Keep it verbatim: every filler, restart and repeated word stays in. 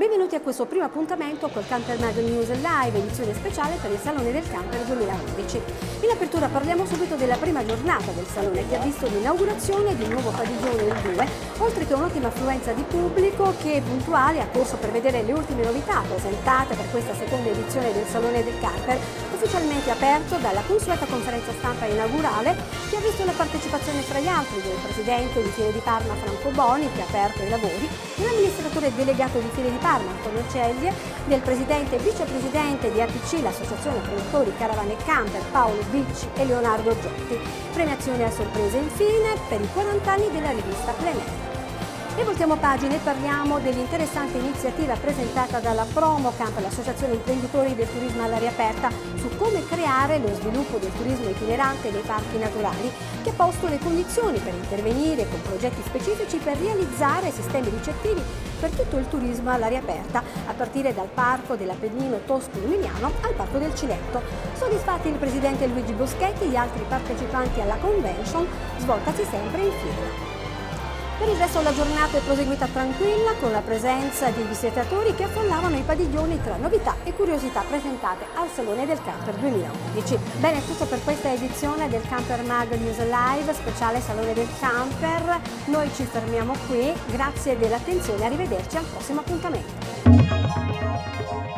Benvenuti a questo primo appuntamento col Camper Mag News Live, edizione speciale per il Salone del Camper duemilaundici. In apertura parliamo subito della prima giornata del Salone, che ha visto l'inaugurazione di un nuovo padiglione, il due, oltre che un'ottima affluenza di pubblico che puntuale ha corso per vedere le ultime novità presentate per questa seconda edizione del Salone del Camper, ufficialmente aperto dalla consueta conferenza stampa inaugurale, che ha visto la partecipazione fra gli altri del presidente di Fiere di Parma Franco Boni, che ha aperto i lavori, dell'amministratore delegato di Fiere di Parma Antonio Ceglie, del presidente e vicepresidente di A P C, l'associazione produttori caravane e camper, Paolo Bicci e Leonardo Giotti. Premiazione a sorpresa infine per i quaranta anni della rivista Plein Air. E voltiamo pagina e parliamo dell'interessante iniziativa presentata dalla Promocamp, l'associazione imprenditori del turismo all'aria aperta, su come creare lo sviluppo del turismo itinerante nei parchi naturali, che ha posto le condizioni per intervenire con progetti specifici per realizzare sistemi ricettivi per tutto il turismo all'aria aperta, a partire dal parco dell'Appennino Tosco-Emiliano al parco del Cilento. Soddisfatti il presidente Luigi Boschetti e gli altri partecipanti alla convention, svoltasi sempre in fiera. Per il resto la giornata è proseguita tranquilla, con la presenza di visitatori che affollavano i padiglioni tra novità e curiosità presentate al Salone del Camper duemilaundici. Bene, è tutto per questa edizione del Camper Mag News Live, speciale Salone del Camper. Noi ci fermiamo qui, grazie dell'attenzione, arrivederci al prossimo appuntamento.